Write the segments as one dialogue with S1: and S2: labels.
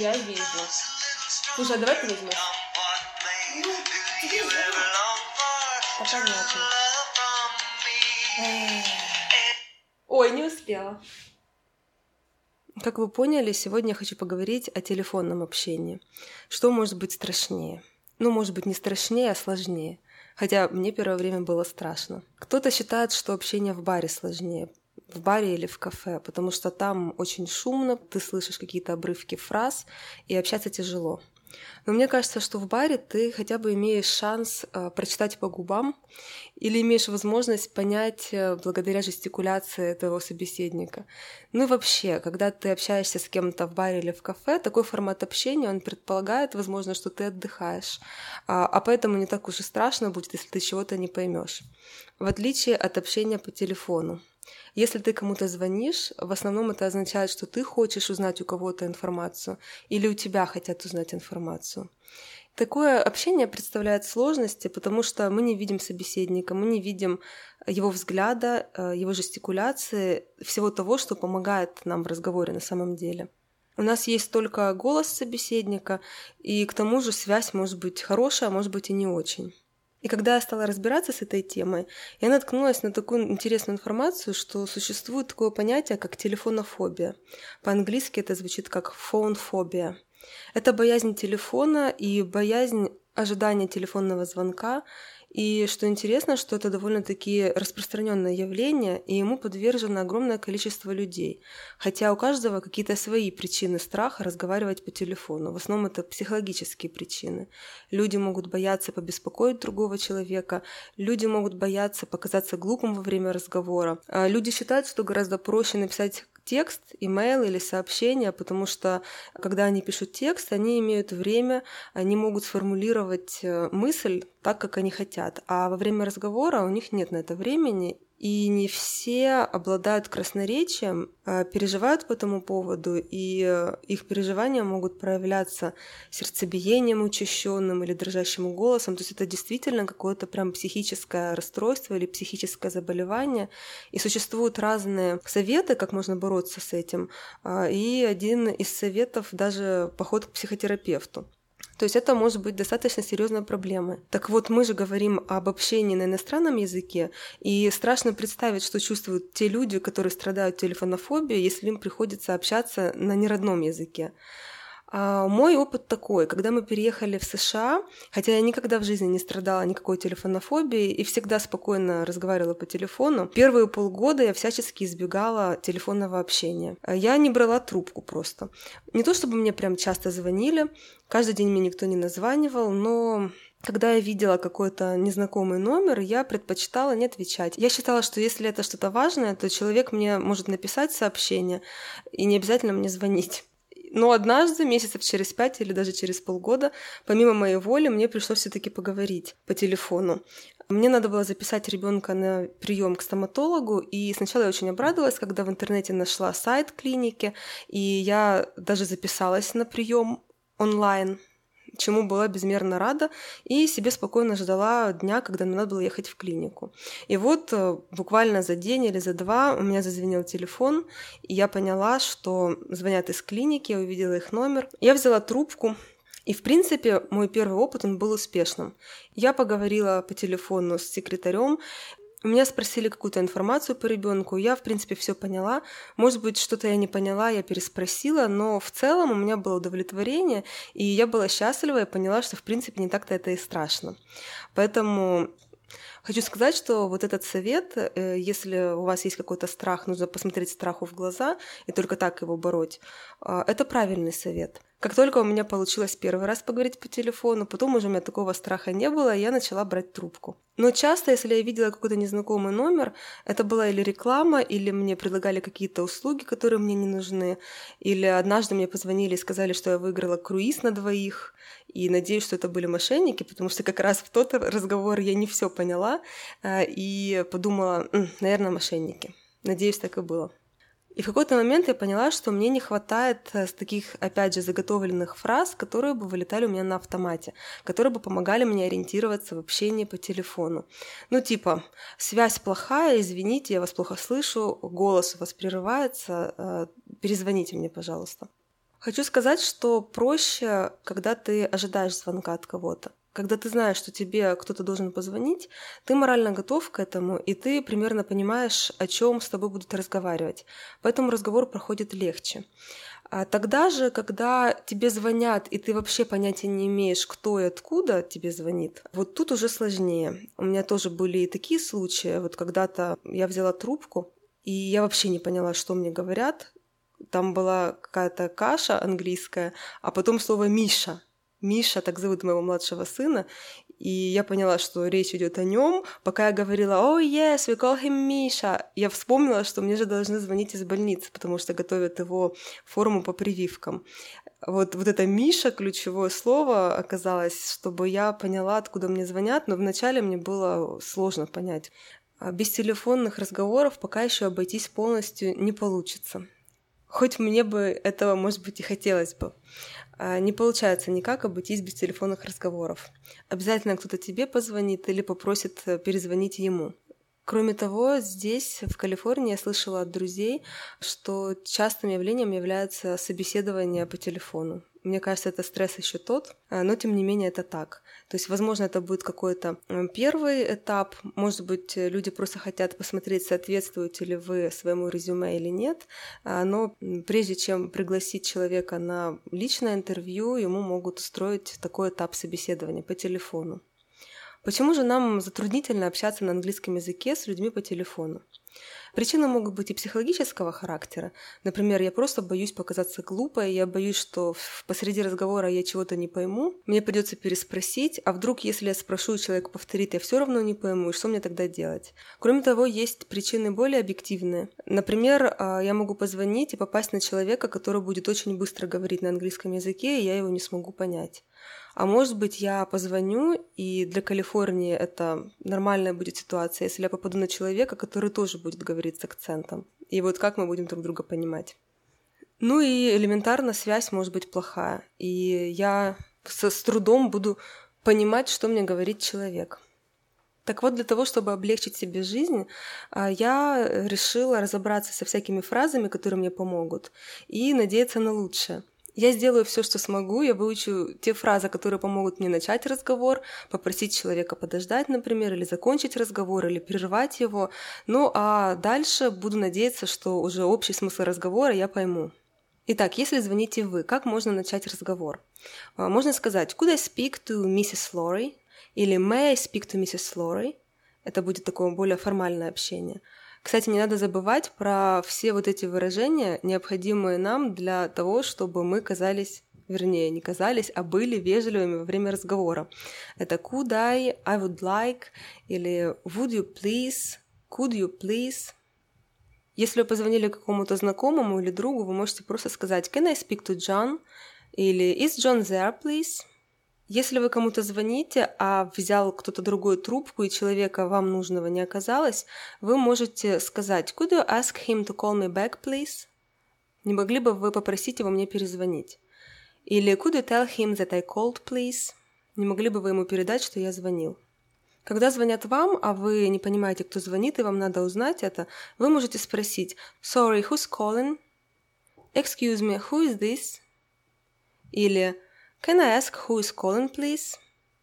S1: я вижу. Слушай, а давай ты возьмешь. Да, понятно. Ой, не успела. Как вы поняли, сегодня я хочу поговорить о телефонном общении. Что может быть страшнее? Может быть, не страшнее, а сложнее. Хотя мне первое время было страшно. Кто-то считает, что общение в баре сложнее. В баре или в кафе, потому что там очень шумно, ты слышишь какие-то обрывки фраз, и общаться тяжело. Но мне кажется, что в баре ты хотя бы имеешь шанс прочитать по губам или имеешь возможность понять благодаря жестикуляции твоего собеседника. И вообще, когда ты общаешься с кем-то в баре или в кафе, такой формат общения, он предполагает, возможно, что ты отдыхаешь, а поэтому не так уж и страшно будет, если ты чего-то не поймешь. В отличие от общения по телефону. Если ты кому-то звонишь, в основном это означает, что ты хочешь узнать у кого-то информацию или у тебя хотят узнать информацию. Такое общение представляет сложности, потому что мы не видим собеседника, мы не видим его взгляда, его жестикуляции, всего того, что помогает нам в разговоре на самом деле. У нас есть только голос собеседника, и к тому же связь может быть хорошая, а может быть и не очень. И когда я стала разбираться с этой темой, я наткнулась на такую интересную информацию, что существует такое понятие, как телефонофобия. По-английски это звучит как фонофобия. Это боязнь телефона и боязнь ожидания телефонного звонка. И что интересно, что это довольно-таки распространенное явление, и ему подвержено огромное количество людей. Хотя у каждого какие-то свои причины страха разговаривать по телефону. В основном это психологические причины. Люди могут бояться побеспокоить другого человека, люди могут бояться показаться глупым во время разговора. А люди считают, что гораздо проще написать текст, имейл или сообщение, потому что, когда они пишут текст, они имеют время, они могут сформулировать мысль так, как они хотят. А во время разговора у них нет на это времени, и не все обладают красноречием, переживают по этому поводу, и их переживания могут проявляться сердцебиением учащенным или дрожащим голосом. То есть это действительно какое-то прям психическое расстройство или психическое заболевание. И существуют разные советы, как можно бороться с этим. И один из советов даже поход к психотерапевту. То есть это может быть достаточно серьезной проблемой. Так вот, мы же говорим об общении на иностранном языке, и страшно представить, что чувствуют те люди, которые страдают телефонофобией, если им приходится общаться на неродном языке. Мой опыт такой, когда мы переехали в США, хотя я никогда в жизни не страдала никакой телефонофобией и всегда спокойно разговаривала по телефону, первые полгода я всячески избегала телефонного общения. Я не брала трубку просто. Не то чтобы мне прям часто звонили, каждый день мне никто не названивал, но когда я видела какой-то незнакомый номер, я предпочитала не отвечать. Я считала, что если это что-то важное, то человек мне может написать сообщение и не обязательно мне звонить. Но однажды, месяцев через 5 или даже через полгода, помимо моей воли, мне пришлось все-таки поговорить по телефону. Мне надо было записать ребенка на прием к стоматологу, и сначала я очень обрадовалась, когда в интернете нашла сайт клиники, и я даже записалась на прием онлайн, чему была безмерно рада, и себе спокойно ждала дня, когда мне надо было ехать в клинику. И вот буквально за день или за два у меня зазвенел телефон, и я поняла, что звонят из клиники, я увидела их номер. Я взяла трубку, и, в принципе, мой первый опыт, он был успешным. Я поговорила по телефону с секретарем. У меня спросили какую-то информацию по ребенку, я, в принципе, все поняла. Может быть, что-то я не поняла, я переспросила, но в целом у меня было удовлетворение, и я была счастлива и поняла, что, в принципе, не так-то это и страшно. Поэтому хочу сказать, что вот этот совет, если у вас есть какой-то страх, нужно посмотреть страху в глаза и только так его бороть, это правильный совет. Как только у меня получилось первый раз поговорить по телефону, потом уже у меня такого страха не было, и я начала брать трубку. Но часто, если я видела какой-то незнакомый номер, это была или реклама, или мне предлагали какие-то услуги, которые мне не нужны, или однажды мне позвонили и сказали, что я выиграла круиз на 2, и надеюсь, что это были мошенники, потому что как раз в тот разговор я не все поняла, и подумала, наверное, мошенники. Надеюсь, так и было. И в какой-то момент я поняла, что мне не хватает таких, опять же, заготовленных фраз, которые бы вылетали у меня на автомате, которые бы помогали мне ориентироваться в общении по телефону. Типа, связь плохая, извините, я вас плохо слышу, голос у вас прерывается, перезвоните мне, пожалуйста. Хочу сказать, что проще, когда ты ожидаешь звонка от кого-то. Когда ты знаешь, что тебе кто-то должен позвонить, ты морально готов к этому, и ты примерно понимаешь, о чем с тобой будут разговаривать. Поэтому разговор проходит легче. А тогда же, когда тебе звонят, и ты вообще понятия не имеешь, кто и откуда тебе звонит, вот тут уже сложнее. У меня тоже были и такие случаи. Вот когда-то я взяла трубку, и я вообще не поняла, что мне говорят. Там была какая-то каша английская, а потом слово «Миша». Миша, так зовут моего младшего сына, и я поняла, что речь идет о нем. Пока я говорила «Oh, yes, we call him Миша», я вспомнила, что мне же должны звонить из больницы, потому что готовят его форму по прививкам. Вот это «Миша» ключевое слово оказалось, чтобы я поняла, откуда мне звонят, но вначале мне было сложно понять. Без телефонных разговоров пока еще обойтись полностью не получится. Хоть мне бы этого, может быть, и хотелось бы. Не получается никак обойтись без телефонных разговоров. Обязательно кто-то тебе позвонит или попросит перезвонить ему. Кроме того, здесь, в Калифорнии, я слышала от друзей, что частым явлением является собеседование по телефону. Мне кажется, это стресс еще тот, но тем не менее это так. То есть, возможно, это будет какой-то первый этап. Может быть, люди просто хотят посмотреть, соответствуете ли вы своему резюме или нет. Но прежде чем пригласить человека на личное интервью, ему могут устроить такой этап собеседования по телефону. Почему же нам затруднительно общаться на английском языке с людьми по телефону? Причины могут быть и психологического характера. Например, я просто боюсь показаться глупой, я боюсь, что посреди разговора я чего-то не пойму, мне придется переспросить, а вдруг, если я спрошу, и человек повторит, я все равно не пойму, и что мне тогда делать? Кроме того, есть причины более объективные. Например, я могу позвонить и попасть на человека, который будет очень быстро говорить на английском языке, и я его не смогу понять. А может быть, я позвоню, и для Калифорнии это нормальная будет ситуация, если я попаду на человека, который тоже будет говорить с акцентом. И вот как мы будем друг друга понимать? Ну и элементарно связь может быть плохая, и я с трудом буду понимать, что мне говорит человек. Так вот, для того, чтобы облегчить себе жизнь, я решила разобраться со всякими фразами, которые мне помогут, и надеяться на лучшее. Я сделаю все, что смогу, я выучу те фразы, которые помогут мне начать разговор, попросить человека подождать, например, или закончить разговор, или прервать его. Ну а дальше буду надеяться, что уже общий смысл разговора я пойму. Итак, если звоните вы, как можно начать разговор? Можно сказать «Could I speak to Mrs. Lorry?» или «May I speak to Mrs. Lorry?» Это будет такое более формальное общение. Кстати, не надо забывать про все вот эти выражения, необходимые нам для того, чтобы мы казались, вернее, не казались, а были вежливыми во время разговора. Это could I would like, или would you please, could you please. Если вы позвонили какому-то знакомому или другу, вы можете просто сказать can I speak to John, или is John there, please. Если вы кому-то звоните, а взял кто-то другую трубку, и человека вам нужного не оказалось, вы можете сказать «Could you ask him to call me back, please?» Не могли бы вы попросить его мне перезвонить? Или «Could you tell him that I called, please?» Не могли бы вы ему передать, что я звонил? Когда звонят вам, а вы не понимаете, кто звонит, и вам надо узнать это, вы можете спросить «Sorry, who's calling?» «Excuse me, who is this?» Или «Can I ask who is calling, please?»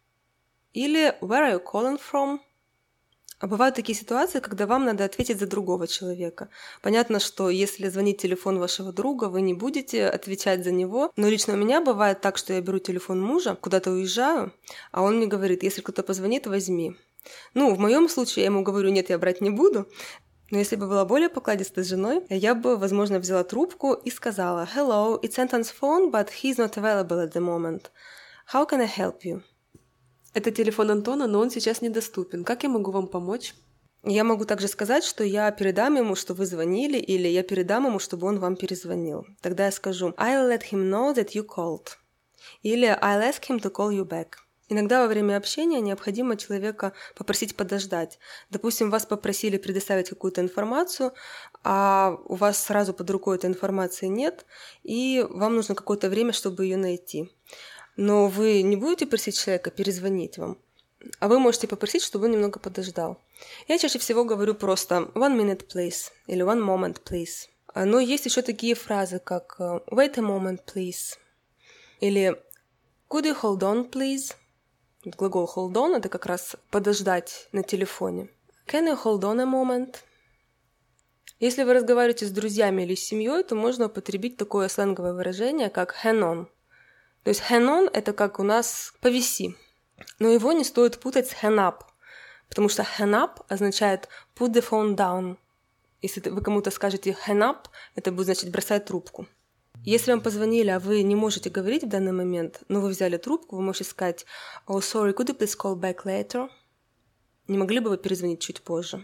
S1: Или «Where are you calling from?» А бывают такие ситуации, когда вам надо ответить за другого человека. Понятно, что если звонит телефон вашего друга, вы не будете отвечать за него. Но лично у меня бывает так, что я беру телефон мужа, куда-то уезжаю, а он мне говорит, если кто-то позвонит, возьми. Ну, в моем случае я ему говорю, нет, я брать не буду. Но если бы была более покладистой женой, я бы, возможно, взяла трубку и сказала «Hello, it's Anton's phone, but he's not available at the moment. How can I help you?»
S2: Это телефон Антона, но он сейчас недоступен. Как я могу вам помочь?
S1: Я могу также сказать, что я передам ему, что вы звонили, или я передам ему, чтобы он вам перезвонил. Тогда я скажу «I'll let him know that you called». Или «I'll ask him to call you back». Иногда во время общения необходимо человека попросить подождать. Допустим, вас попросили предоставить какую-то информацию, а у вас сразу под рукой этой информации нет, и вам нужно какое-то время, чтобы ее найти. Но вы не будете просить человека перезвонить вам, а вы можете попросить, чтобы он немного подождал. Я чаще всего говорю просто «one minute, please» или «one moment, please». Но есть еще такие фразы, как «wait a moment, please» или «could you hold on, please». Глагол hold on — это как раз подождать на телефоне. Can you hold on a moment? Если вы разговариваете с друзьями или с семьей, то можно употребить такое сленговое выражение, как hang on. То есть hang on — это как у нас повиси. Но его не стоит путать с hang up, потому что hang up означает put the phone down. Если вы кому-то скажете hang up, это будет значить бросать трубку. Если вам позвонили, а вы не можете говорить в данный момент, но вы взяли трубку, вы можете сказать «Oh, sorry, could you please call back later?» Не могли бы вы перезвонить чуть позже?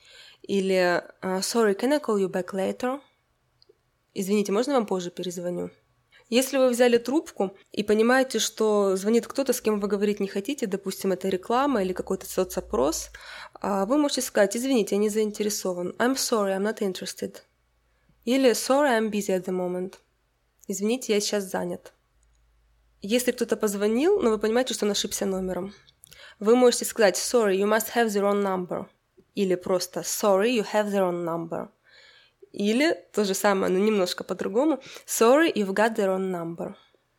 S1: Или «Sorry, can I call you back later?» Извините, можно я вам позже перезвоню? Если вы взяли трубку и понимаете, что звонит кто-то, с кем вы говорить не хотите, допустим, это реклама или какой-то соцопрос, вы можете сказать «Извините, я не заинтересован». «I'm sorry, I'm not interested». Или «Sorry, I'm busy at the moment». «Извините, я сейчас занят». Если кто-то позвонил, но вы понимаете, что он ошибся номером, вы можете сказать «Sorry, you must have the wrong number». Или просто «Sorry, you have the wrong number». Или то же самое, но немножко по-другому «Sorry, you've got the wrong number».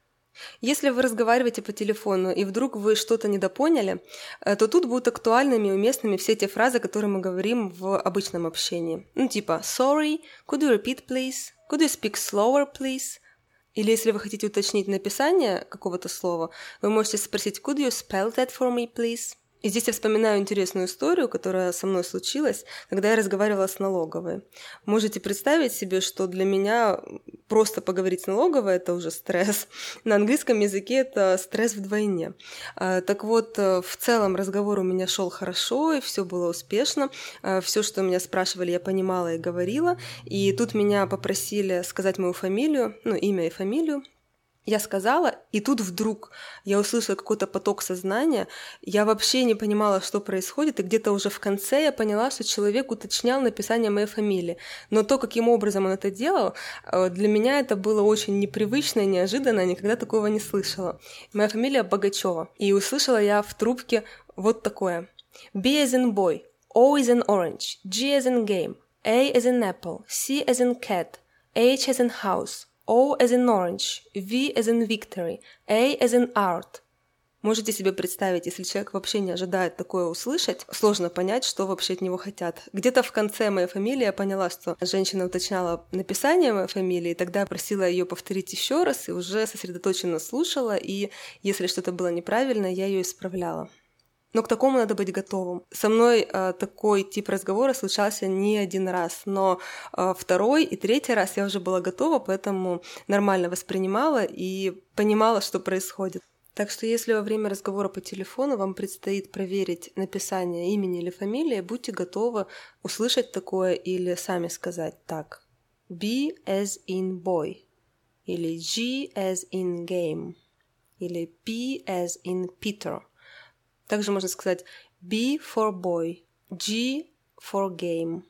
S1: Если вы разговариваете по телефону, и вдруг вы что-то недопоняли, то тут будут актуальными и уместными все те фразы, которые мы говорим в обычном общении. Типа «Sorry, could you repeat, please?» «Could you speak slower, please?» Или если вы хотите уточнить написание какого-то слова, вы можете спросить «Could you spell that for me, please?» И здесь я вспоминаю интересную историю, которая со мной случилась, когда я разговаривала с налоговой. Можете представить себе, что для меня просто поговорить с налоговой — это уже стресс. На английском языке это стресс вдвойне. Так вот, в целом разговор у меня шел хорошо, и все было успешно. Все, что меня спрашивали, я понимала и говорила. И тут меня попросили сказать мою фамилию, имя и фамилию. Я сказала, и тут вдруг я услышала какой-то поток сознания, я вообще не понимала, что происходит, и где-то уже в конце я поняла, что человек уточнял написание моей фамилии. Но то, каким образом он это делал, для меня это было очень непривычно и неожиданно, я никогда такого не слышала. Моя фамилия Богачева, и услышала я в трубке вот такое. B as in boy, O as in orange, G as in game, A as in apple, C as in cat, H as in house, O as in orange, V as in victory, A as in art. Можете себе представить, если человек вообще не ожидает такое услышать, сложно понять, что вообще от него хотят. Где-то в конце моей фамилии я поняла, что женщина уточняла написание моей фамилии, и тогда просила ее повторить еще раз, и уже сосредоточенно слушала, и если что-то было неправильно, я ее исправляла. Но к такому надо быть готовым. Со мной такой тип разговора случался не один раз, но второй и третий раз я уже была готова, поэтому нормально воспринимала и понимала, что происходит. Так что если во время разговора по телефону вам предстоит проверить написание имени или фамилии, будьте готовы услышать такое или сами сказать так. B as in boy, или G as in game, или P as in Peter. Также можно сказать B for boy, G for game,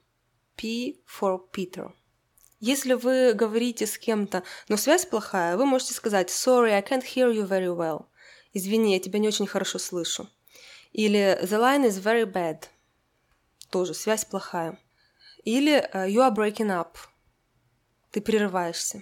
S1: P for Peter. Если вы говорите с кем-то, но связь плохая, вы можете сказать Sorry, I can't hear you very well. Извини, я тебя не очень хорошо слышу. Или The line is very bad. Тоже связь плохая. Или You are breaking up. Ты прерываешься.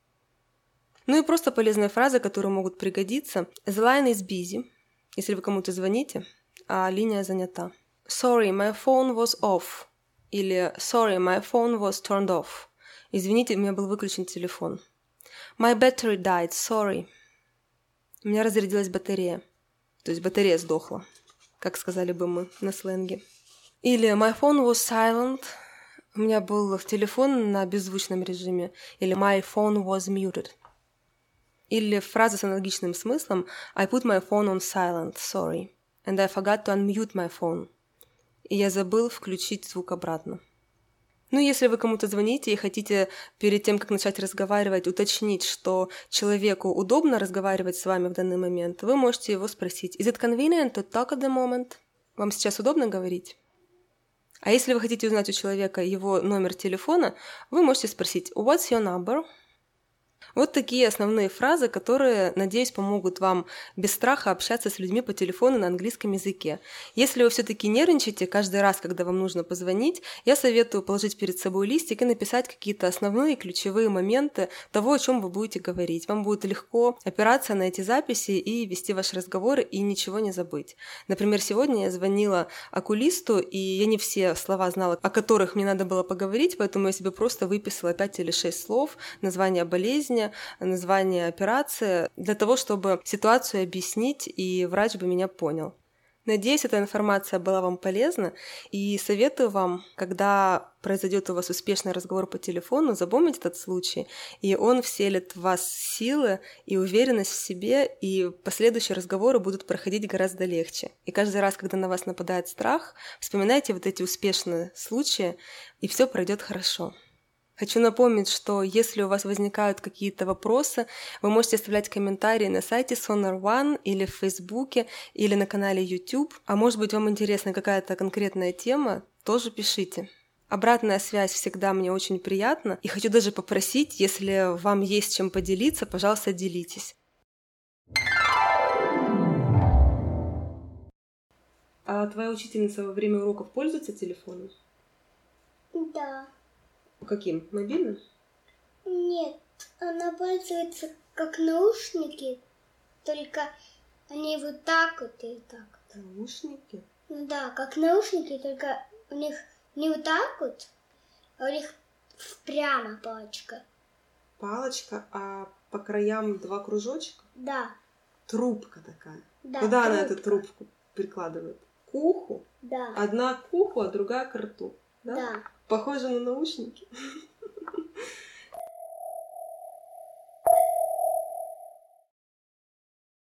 S1: И просто полезные фразы, которые могут пригодиться. The line is busy. Если вы кому-то звоните, а линия занята. Sorry, my phone was off. Или Sorry, my phone was turned off. Извините, у меня был выключен телефон. My battery died, sorry. У меня разрядилась батарея. То есть батарея сдохла, как сказали бы мы на сленге. Или My phone was silent. У меня был телефон на беззвучном режиме. Или My phone was muted. Или фраза с аналогичным смыслом I put my phone on silent, sorry. And I forgot to unmute my phone. И я забыл включить звук обратно. Если вы кому-то звоните и хотите перед тем, как начать разговаривать, уточнить, что человеку удобно разговаривать с вами в данный момент, вы можете его спросить Is it convenient to talk at the moment? Вам сейчас удобно говорить? А если вы хотите узнать у человека его номер телефона, вы можете спросить What's your number? Вот такие основные фразы, которые, надеюсь, помогут вам без страха общаться с людьми по телефону на английском языке. Если вы все-таки нервничаете каждый раз, когда вам нужно позвонить, я советую положить перед собой листик и написать какие-то основные ключевые моменты того, о чем вы будете говорить. Вам будет легко опираться на эти записи и вести ваш разговор и ничего не забыть. Например, сегодня я звонила окулисту, и я не все слова знала, о которых мне надо было поговорить, поэтому я себе просто выписала 5 или 6 слов, название болезни, название операции, для того, чтобы ситуацию объяснить, и врач бы меня понял. Надеюсь, эта информация была вам полезна, и советую вам, когда произойдет у вас успешный разговор по телефону, запомнить этот случай, и он вселит в вас силы и уверенность в себе, и последующие разговоры будут проходить гораздо легче. И каждый раз, когда на вас нападает страх, вспоминайте вот эти успешные случаи, и все пройдет хорошо. Хочу напомнить, что если у вас возникают какие-то вопросы, вы можете оставлять комментарии на сайте Sonar One или в Фейсбуке, или на канале YouTube. А может быть, вам интересна какая-то конкретная тема, тоже пишите. Обратная связь всегда мне очень приятна, и хочу даже попросить, если вам есть чем поделиться, пожалуйста, делитесь. А твоя учительница во время уроков пользуется телефоном?
S3: Да.
S1: Каким? Мобильным?
S3: Нет, она пользуется как наушники, только они вот так вот и так вот.
S1: Наушники?
S3: Ну да, как наушники, только у них не вот так вот, а у них прямо палочка.
S1: Палочка, а по краям 2 кружочка?
S3: Да.
S1: Трубка такая.
S3: Да,
S1: Куда она
S3: трубка.
S1: эту трубку прикладывает? К уху?
S3: Да.
S1: Одна к уху, а другая к рту. Да?
S3: Да.
S1: Похоже на наушники.